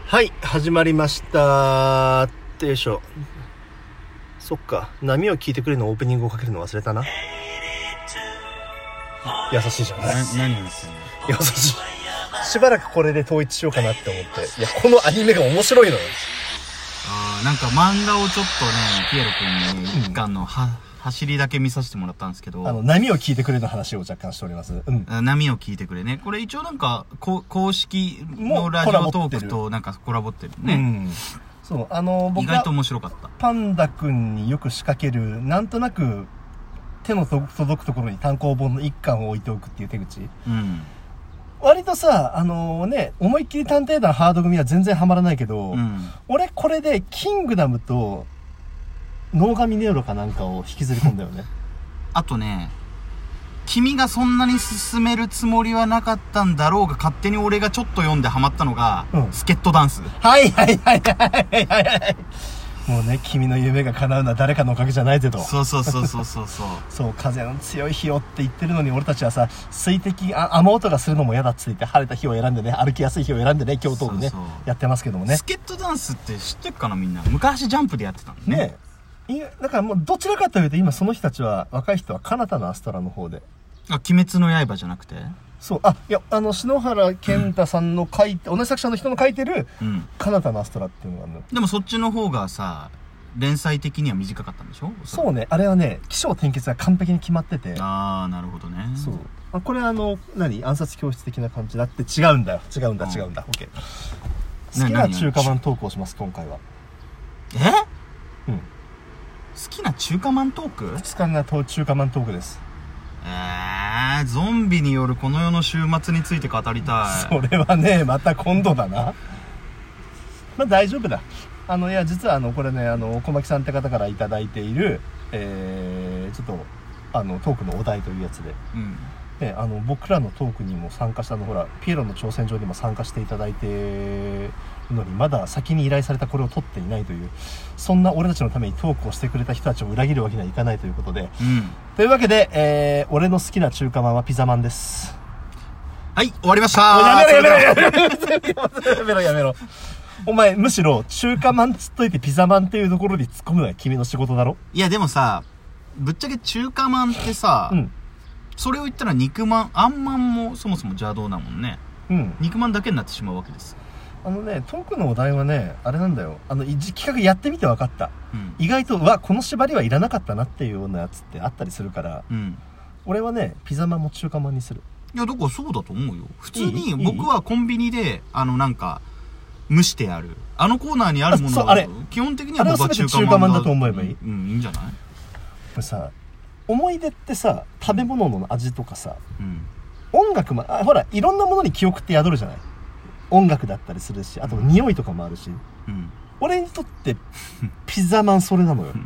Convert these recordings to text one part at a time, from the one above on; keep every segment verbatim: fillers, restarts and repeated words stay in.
はい、始まりましたってよいしょ。そっか、波を聞いてくれるのオープニングをかけるの忘れたな。優しいじゃん。 な何を言ってんの。 優しい。しばらくこれで統一しようかなって思って。いや、このアニメが面白いのよ。 あー、なんか漫画をちょっとね、ピエロ君に一巻のは、走りだけ見させてもらったんですけど、 あの、波を聞いてくれの話を若干しております。うん。 波を聞いてくれね。これ一応なんか、こ公式のラジオトークとなんかコラボってるね。うん。 そう、あの、僕意外と面白かった。 パンダ君によく仕掛ける、なんとなく、手の届くところに単行本の一巻を置いておくっていう手口。うん。割とさ、あのー、ね、思いっきり探偵団ハード組は全然ハマらないけど、うん、俺これでキングダムと、ノーガミネウロかなんかを引きずり込んだよね。 あとね、君がそんなに進めるつもりはなかったんだろうが、勝手に俺がちょっと読んでハマったのが、うん、スケットダンス。 はいはいはいはいはいはい。もうね、君の夢が叶うのは誰かのおかげじゃないぜと。 そうそうそうそうそうそう。 そう、風の強い日をって言ってるのに、俺たちはさ、水滴、あ、雨音がするのも嫌だっつって晴れた日を選んでね、歩きやすい日を選んでね、京都でね、そうそうやってますけどもね。 スケットダンスって知ってるかなみんな。昔ジャンプでやってたのね。 ねえ。いや、だからもうどちらかというと今その人たちは、若い人は彼方のアストラの方で。 あ、鬼滅の刃じゃなくて？ そう、あ、いや、あの、篠原健太さんの書いて、うん、同じ作者の人の書いてる、うん、彼方のアストラっていうのがあるの。 でもそっちの方がさ、連載的には短かったんでしょ？ そうね、あれはね、起承転結が完璧に決まってて。 ああ、なるほどね。 そう。あ、これあの、何暗殺教室的な感じだって違うんだよ。違うんだ、違うんだ。オッケー。好きな中華マントークをします、今回は。 え？うん。好きな中華マントーク？ ふつかめな中華マントークです。 えー、ゾンビによるこの世の終末について語りたい。それはね、また今度だな。まあ大丈夫だ。あの、いや、実はあの、これね、あの、小牧さんって方からいただいている、えー、ちょっと、あの、トークのお題というやつで、うん。ね、あの、僕らのトークにも参加したの、ほら、ピエロの挑戦状にも参加していただいてるのに、まだ先に依頼されたこれを取っていないという、そんな俺たちのためにトークをしてくれた人たちを裏切るわけにはいかないということで、うん。というわけで、えー、俺の好きな中華まんはピザマンです。 はい、終わりましたー。 やめろやめろやめろやめろやめろ。お前、むしろ、中華マンつっといてピザマンっていうところに突っ込むのは君の仕事だろ？ いや、でもさ、ぶっちゃけ中華マンってさ、うん、それを言ったら肉まん、あんまんもそもそも邪道なもんね。うん。肉まんだけになってしまうわけです。 あのね、トークのお題はね、あれなんだよ。あの、企画やってみて分かった。うん、意外と、うわ、この縛りはいらなかったなっていうようなやつってあったりするから、うん、俺はね、ピザマンも中華マンにする。 いや、だからそうだと思うよ。普通に、僕はコンビニで、あの、なんか、蒸してある。あのコーナーにあるものは、基本的には僕は中華マンだ。 中華マンだと思えばいい。 うん、いいんじゃない？これさ、思い出ってさ、食べ物の味とかさ、うん、音楽も、あ、ほら、いろんなものに記憶って宿るじゃない？音楽だったりするし、あと匂いとかもあるし。うん、俺にとって、ピザマンそれなのよ。うん、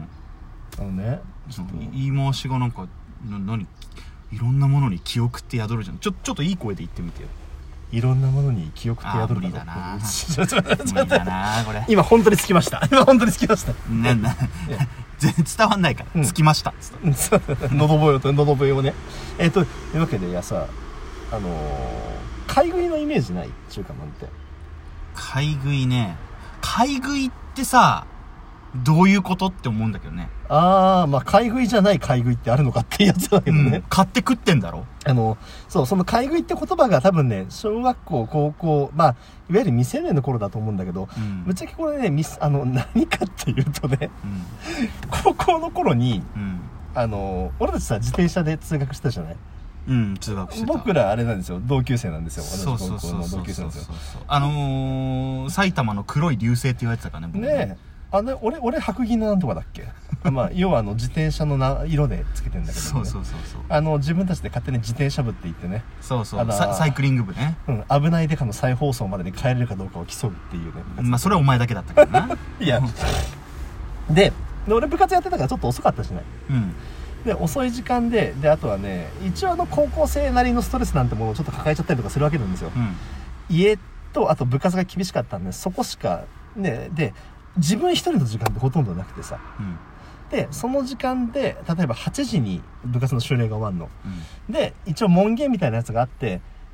あのね、 ちょっと言い回しがなんか、な、何？いろんなものに記憶って宿るじゃん。ちょ、ちょっといい声で言ってみてよ。 いろんなものに記憶って宿るだろ。無理だな無理だなこれ。 今本当につきました。今本当につきました。 なんだ全然伝わんないから、うん、つきました喉笛と喉笛をね。えっ、ー、とというわけで、いやさ、あのー、買い食いのイメージない？中華マンって。 買い食いね。買い食いってさ、どういうことって思うんだけどね。 ああ、まあ、買い食いじゃない買い食いってあるのかっていうやつだけどね。うん、 買って食ってんだろ？ あの、そう、その買い食いって言葉が多分ね、小学校、高校、まあ、いわゆる未成年の頃だと思うんだけど、うん、ぶっちゃけこれね、ミス、あの、何かっていうとね、うん、高校の頃に、うん、あの、俺たちさ、自転車で通学したじゃない？ うん、通学してた。 僕らあれなんですよ、同級生なんですよ。 そうそうそうそう。 同級生なんですよ。 あのー、埼玉の黒い流星って言われてたからね、僕ね。 ねえ。あれ、俺、俺、白銀のなんとかだっけまあ、要はあの、自転車のな色でつけてんだけどね。 そうそうそうそう。 あの、自分たちで勝手に自転車部って言ってね。 そうそう。サ, サイクリング部ね。 うん。危ないデカの再放送までに帰れるかどうかを競うっていうね。 まあ、それはお前だけだったからな。 いや。で、で、俺部活やってたからちょっと遅かったしない。うん。で、遅い時間で、で、あとはね、一応あの、高校生なりのストレスなんてものをちょっと抱えちゃったりとかするわけなんですよ。うん。家と、あと部活が厳しかったんで、そこしか、ね、で、自分一人の時間ってほとんどなくてさ、うん、でその時間で例えばはちじに部活の終了が終わるの、うん、で一応門限みたいなやつがあって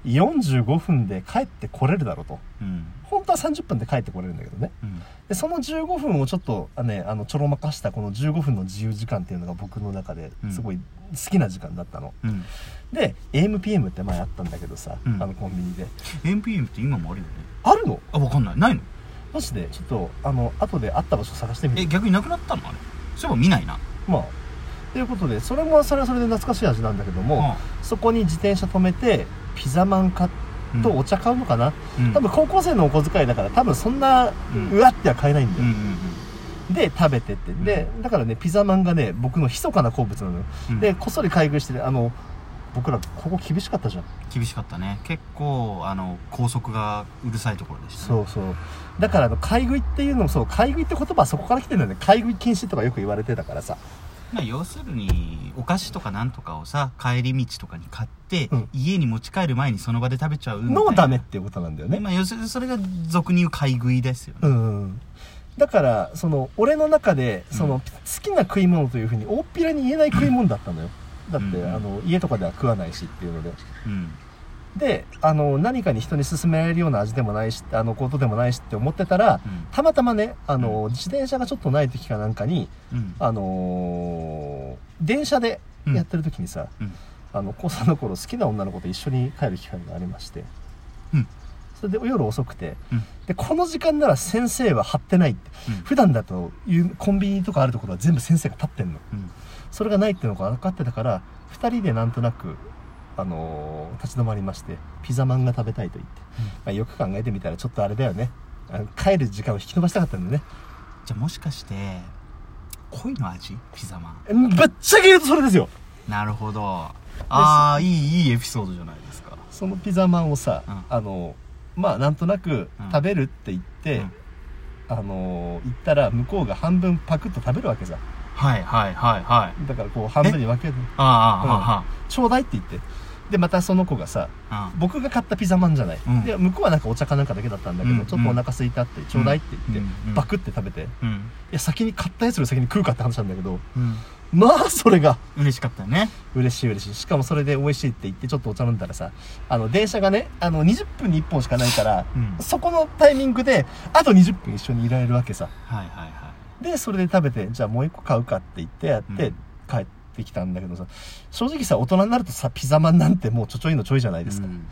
よんじゅうごふんで帰ってこれるだろうと、 うん、 本当はさんじゅっぷんで帰ってこれるんだけどね、うん、でそのじゅうごふんをちょっとあ、ね、あのちょろまかしたこのじゅうごふんの自由時間っていうのが僕の中ですごい好きな時間だったの、うん、で エーエムピーエム って前あったんだけどさ、うん、あのコンビニでエーエムピーエム って今もあるよね。 あるの？ あ、分かんない。ないの？ マジでちょっとあの後であった場所探してみて。 え、逆になくなったの？あれそういえば見ないな。 まあということでそれもそれはそれで懐かしい味なんだけども、はあ、そこに自転車止めてピザマン買とお茶買うのかな、うん、多分高校生のお小遣いだから多分そんな、うん、うわっては買えないんだよ、うんうんうん、で食べてってでだからねピザマンがね僕の密かな好物なのよ、うん、でこっそり買い食いしてるあの僕らここ厳しかったじゃん。 厳しかったね。結構あの高速がうるさいところでした、ね、 そうそうだからあの買い食いっていうのもそう買い食いって言葉はそこから来てるんだよね。買い食い禁止とかよく言われてたからさ、 まあ、要するにお菓子とかなんとかをさ帰り道とかに買って、うん、家に持ち帰る前にその場で食べちゃうのもダメっていうことなんだよね。 まあ、要するにそれが俗に言う買い食いですよね、 うん、だからその俺の中でその、うん、好きな食い物というふうに大っぴらに言えない食い物だったのよ。だって、うん、あの家とかでは食わないしっていうので、うん、であの何かに人に勧められるような味でもないしあのことでもないしって思ってたら、うん、たまたまねあの、うん、自転車がちょっとない時かなんかに、うん、あのー、電車でやってる時にさ、うん、あの高さんの頃好きな女の子と一緒に帰る機会がありまして、うん、それで夜遅くて、うん、でこの時間なら先生は張ってないって、うん、普段だというコンビニとかあるところは全部先生が立ってんの、うん、それがないっていうのが分かってたからふたりでなんとなくあのー、立ち止まりましてピザマンが食べたいと言って、うんまあ、よく考えてみたらちょっとあれだよね、あの帰る時間を引き延ばしたかったんだよね。 じゃあもしかして恋の味ピザマンぶっちゃけ言うとそれですよ。 なるほど。ああいいいいエピソードじゃないですか。 そのピザマンをさ、うん、あのまあなんとなく食べるって言って、うん、あのー、言ったら向こうが半分パクッと食べるわけさ。 はいはいはいはい。 だからこう半分に分ける。 ああ、うん、ああちょうだいって言ってでまたその子がさ、うん、僕が買ったピザマンじゃない、うん、で向こうはなんかお茶かなんかだけだったんだけど、うん、ちょっとお腹空いたって、うん、ちょうだいって言って、うん、バクって食べて、うん、いや先に買ったやつより先に食うかって話なんだけど、うん、まあそれが嬉しかったよね。 嬉しい嬉しい。しかもそれで美味しいって言ってちょっとお茶飲んだらさあの電車がねあのにじゅっぷんにいっぽんしかないから、うん、そこのタイミングであとにじゅっぷん一緒にいられるわけさ。 はいはいはい。でそれで食べてじゃあもう一個買うかって言ってやって、うん、帰ってきたんだけどさ正直さ大人になるとさピザマンなんてもうちょちょいのちょいじゃないですか、うんうん、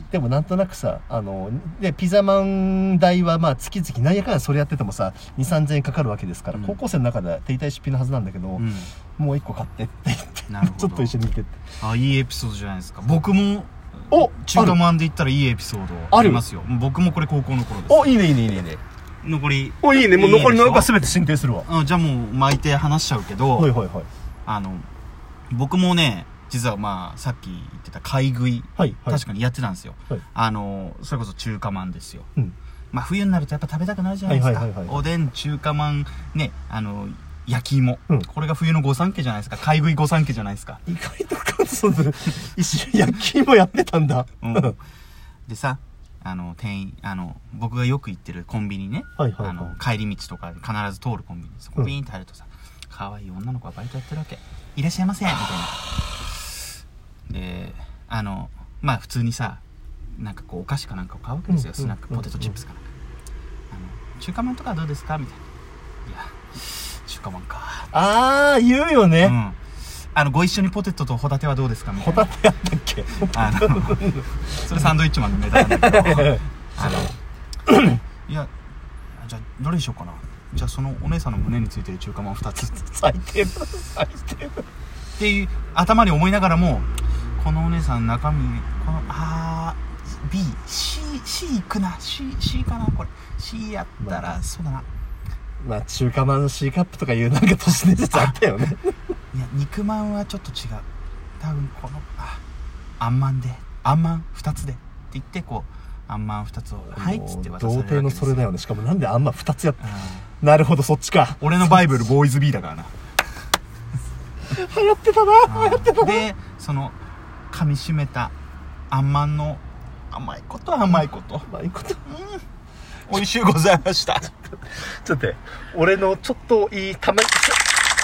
でもなんとなくさあのでピザマン代はまあ月々何やかんやそれやっててもさにせんさんぜんえんかかるわけですから、うん、高校生の中では手痛い出費のはずなんだけど、うん、もう一個買ってって言ってなるほどちょっと一緒に行ってってあいいエピソードじゃないですか。僕もお中華マンで言ったらいいエピソードありますよ。僕もこれ高校の頃です。 おいいねいいねいいねいいね残りおいいねもう残りの中全て進呈するわ。 あじゃあもう巻いて話しちゃうけど、 はいはいはい、 あの僕もね実はまあさっき言ってた買い食い、はいはい、確かにやってたんですよ、はい、あのそれこそ中華まんですよ、うん、まあ冬になるとやっぱ食べたくなるじゃないですか、はいはいはいはい、おでん中華まんねあの焼き芋、うん、これが冬の御三家じゃないですか。買い食い御三家じゃないですか。 意外と関東で一緒に焼き芋やってたんだ、うん、 でさあの店員あの僕がよく行ってるコンビニね、はいはいはい、あの帰り道とかで必ず通るコンビニそこビーンって入るとさ、うん、可愛い女の子がバイトやってるわけ。いらっしゃいませみたいなであのまあ普通にさなんかこうお菓子かなんかを買うわけですよ、うん、スナックポテトチップスかなんか、うん、あの中華まんとかどうですかみたいないや中華まんかああ言うよね、うんあのご一緒にポテトとホタテはどうですかみたいな。 ホタテやったっけあのそれサンドイッチマンのネタなんだけどあのいやじゃあどれにしようかな。じゃあそのお姉さんの胸についてる中華まんふたつ最低最低っていう頭に思いながらもこのお姉さん中身このあー ビーシーシー いくな C, C かなこれ C やったら、まあ、そうだなまあ中華まんの C カップとかいうなんか都市伝説あったよねいや肉まんはちょっと違う多分このああんまんであんまんふたつでって言ってこうあんまんふたつをはいっつって渡されるわけですよ。童貞のそれだよね。しかもなんであんまんふたつやったなるほどそっちか。 俺のバイブルボーイズ B だからな流行ってたな流行ってたな。 でその噛みしめたあんまんの甘いこと甘いこと甘いこと、 うん、美味しゅうございましたちょっと待って俺のちょっといいたまに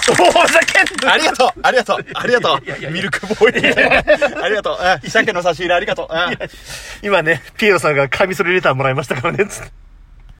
おー、ふざけんなありがとうありがとうありがとうミルクボーイありがとう。鮭の差し入れありがとう。 今ね、ピエロさんがカミソリレターもらいましたからね、つって。